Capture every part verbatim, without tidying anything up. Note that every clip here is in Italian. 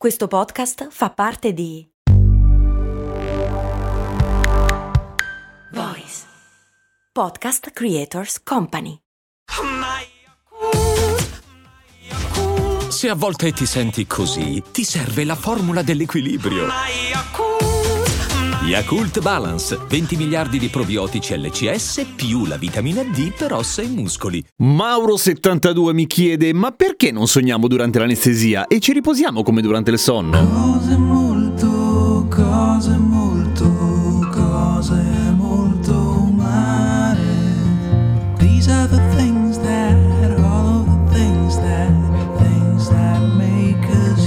Questo podcast fa parte di Voice Podcast Creators Company. Se a volte ti senti così, ti serve la formula dell'equilibrio. Yakult Balance, venti miliardi di probiotici L C S più la vitamina D per ossa e muscoli. Mauro settantadue mi chiede: ma perché non sogniamo durante l'anestesia e ci riposiamo come durante il sonno? Cose molto, cose molto, cose molto umane. These are the things that, all of the things that, things that make us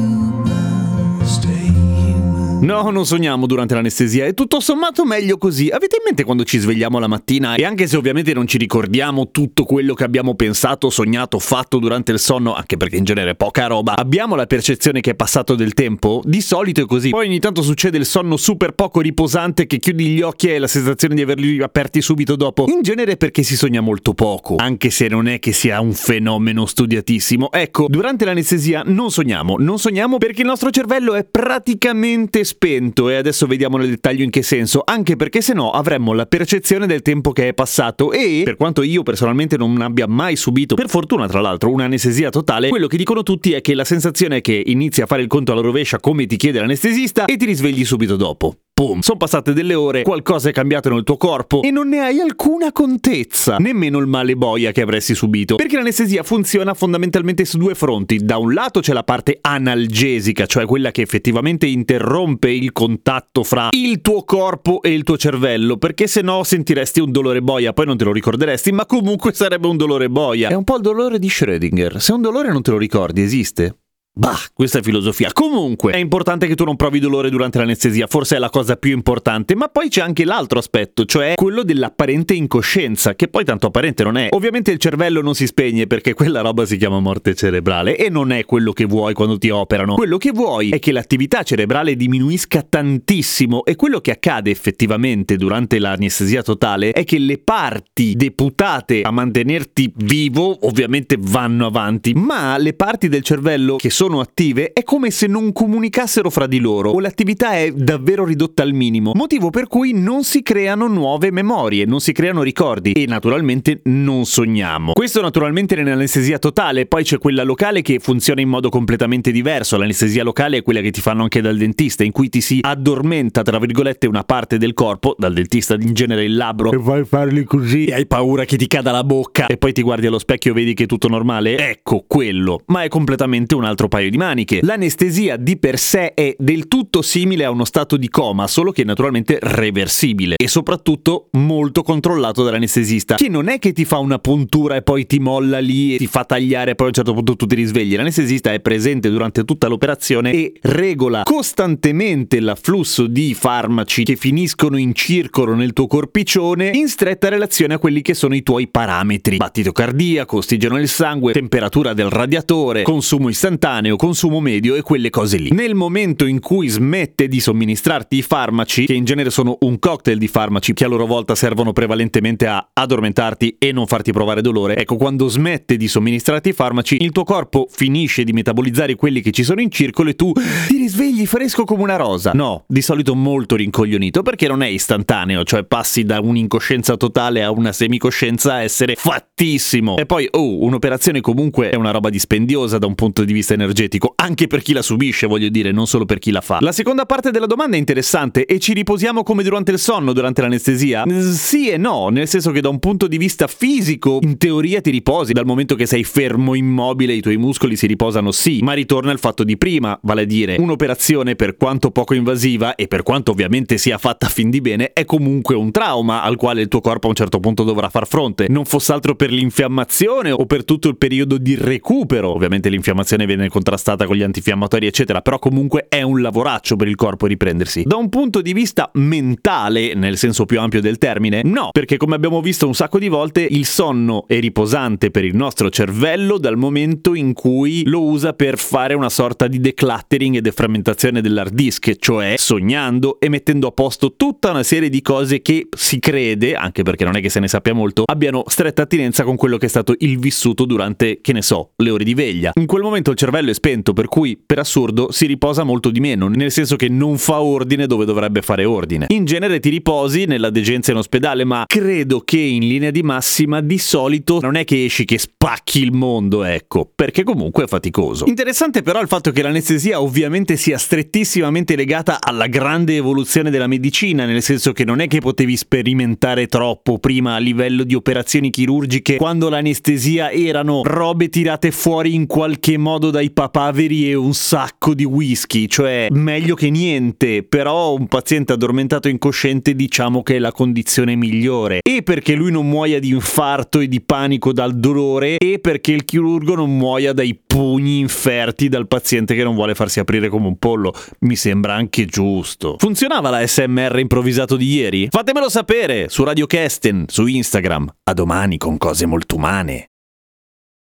human, stay human. No, non sogniamo durante l'anestesia, è tutto sommato meglio così. Avete in mente quando ci svegliamo la mattina e anche se ovviamente non ci ricordiamo tutto quello che abbiamo pensato, sognato, fatto durante il sonno, anche perché in genere è poca roba, abbiamo la percezione che è passato del tempo? Di solito è così. Poi ogni tanto succede il sonno super poco riposante che chiudi gli occhi e hai la sensazione di averli aperti subito dopo. In genere perché si sogna molto poco, anche se non è che sia un fenomeno studiatissimo. Ecco, durante l'anestesia non sogniamo, non sogniamo perché il nostro cervello è praticamente spento e adesso vediamo nel dettaglio in che senso, anche perché se no avremmo la percezione del tempo che è passato e, per quanto io personalmente non abbia mai subito, per fortuna tra l'altro, un'anestesia totale, quello che dicono tutti è che la sensazione è che inizi a fare il conto alla rovescia come ti chiede l'anestesista e ti risvegli subito dopo. Boom! Sono passate delle ore, qualcosa è cambiato nel tuo corpo e non ne hai alcuna contezza, nemmeno il male boia che avresti subito, perché l'anestesia funziona fondamentalmente su due fronti. Da un lato c'è la parte analgesica, cioè quella che effettivamente interrompe il contatto fra il tuo corpo e il tuo cervello, perché se no sentiresti un dolore boia, poi non te lo ricorderesti, ma comunque sarebbe un dolore boia. È un po' il dolore di Schrödinger, se un dolore non te lo ricordi, esiste? Bah, questa è filosofia. Comunque, è importante che tu non provi dolore durante l'anestesia, forse è la cosa più importante, ma poi c'è anche l'altro aspetto, cioè quello dell'apparente incoscienza, che poi tanto apparente non è. Ovviamente il cervello non si spegne perché quella roba si chiama morte cerebrale e non è quello che vuoi quando ti operano. Quello che vuoi è che l'attività cerebrale diminuisca tantissimo e quello che accade effettivamente durante l'anestesia totale è che le parti deputate a mantenerti vivo ovviamente vanno avanti, ma le parti del cervello che sono sono attive è come se non comunicassero fra di loro o l'attività è davvero ridotta al minimo, motivo per cui non si creano nuove memorie, non si creano ricordi e naturalmente non sogniamo. Questo naturalmente nell'anestesia totale, poi c'è quella locale che funziona in modo completamente diverso. L'anestesia locale è quella che ti fanno anche dal dentista, in cui ti si addormenta tra virgolette una parte del corpo, dal dentista in genere il labbro, e vai a farli così e hai paura che ti cada la bocca e poi ti guardi allo specchio e vedi che è tutto normale. Ecco quello, ma è completamente un altro paio di maniche. L'anestesia di per sé è del tutto simile a uno stato di coma, solo che naturalmente reversibile e soprattutto molto controllato dall'anestesista, che non è che ti fa una puntura e poi ti molla lì e ti fa tagliare e poi a un certo punto tu ti risvegli. L'anestesista è presente durante tutta l'operazione e regola costantemente l'afflusso di farmaci che finiscono in circolo nel tuo corpiccione in stretta relazione a quelli che sono i tuoi parametri: battito cardiaco, ossigeno nel sangue, temperatura del radiatore, consumo istantaneo, consumo medio e quelle cose lì. Nel momento in cui smette di somministrarti i farmaci, che in genere sono un cocktail di farmaci che a loro volta servono prevalentemente a addormentarti e non farti provare dolore, ecco, quando smette di somministrarti i farmaci il tuo corpo finisce di metabolizzare quelli che ci sono in circolo e tu ti risvegli fresco come una rosa. No, di solito molto rincoglionito, perché non è istantaneo, cioè passi da un'incoscienza totale a una semicoscienza a essere fattissimo. E poi, oh, un'operazione comunque è una roba dispendiosa da un punto di vista energetico, anche per chi la subisce, voglio dire, non solo per chi la fa. La seconda parte della domanda è interessante: e ci riposiamo come durante il sonno, durante l'anestesia? Sì e no, nel senso che da un punto di vista fisico, in teoria ti riposi, dal momento che sei fermo immobile, i tuoi muscoli si riposano, sì, ma ritorna il fatto di prima, vale a dire, un'operazione, per quanto poco invasiva e per quanto ovviamente sia fatta a fin di bene, è comunque un trauma al quale il tuo corpo a un certo punto dovrà far fronte, non fosse altro per l'infiammazione o per tutto il periodo di recupero. Ovviamente l'infiammazione viene contrastata con gli antinfiammatori eccetera, però comunque è un lavoraccio per il corpo riprendersi. Da un punto di vista mentale, nel senso più ampio del termine, no, perché come abbiamo visto un sacco di volte, il sonno è riposante per il nostro cervello dal momento in cui lo usa per fare una sorta di decluttering e defragmentazione deframmentazione dell'hard disk, cioè sognando e mettendo a posto tutta una serie di cose che si crede, anche perché non è che se ne sappia molto, abbiano stretta attinenza con quello che è stato il vissuto durante, che ne so, le ore di veglia. In quel momento il cervello è spento, per cui per assurdo si riposa molto di meno, nel senso che non fa ordine dove dovrebbe fare ordine. In genere ti riposi nella degenza in ospedale, ma credo che in linea di massima di solito non è che esci che spacchi il mondo, ecco, perché comunque è faticoso. Interessante però il fatto che l'anestesia ovviamente sia strettissimamente legata alla grande evoluzione della medicina, nel senso che non è che potevi sperimentare troppo prima a livello di operazioni chirurgiche quando l'anestesia erano robe tirate fuori in qualche modo dai papaveri e un sacco di whisky, cioè meglio che niente, però un paziente addormentato incosciente diciamo che è la condizione migliore, e perché lui non muoia di infarto e di panico dal dolore, e perché il chirurgo non muoia dai pugni inferti dal paziente che non vuole farsi aprire come un pollo. Mi sembra anche giusto. Funzionava la S M R improvvisato di ieri? Fatemelo sapere su Radio Kesten, su Instagram. A domani con cose molto umane.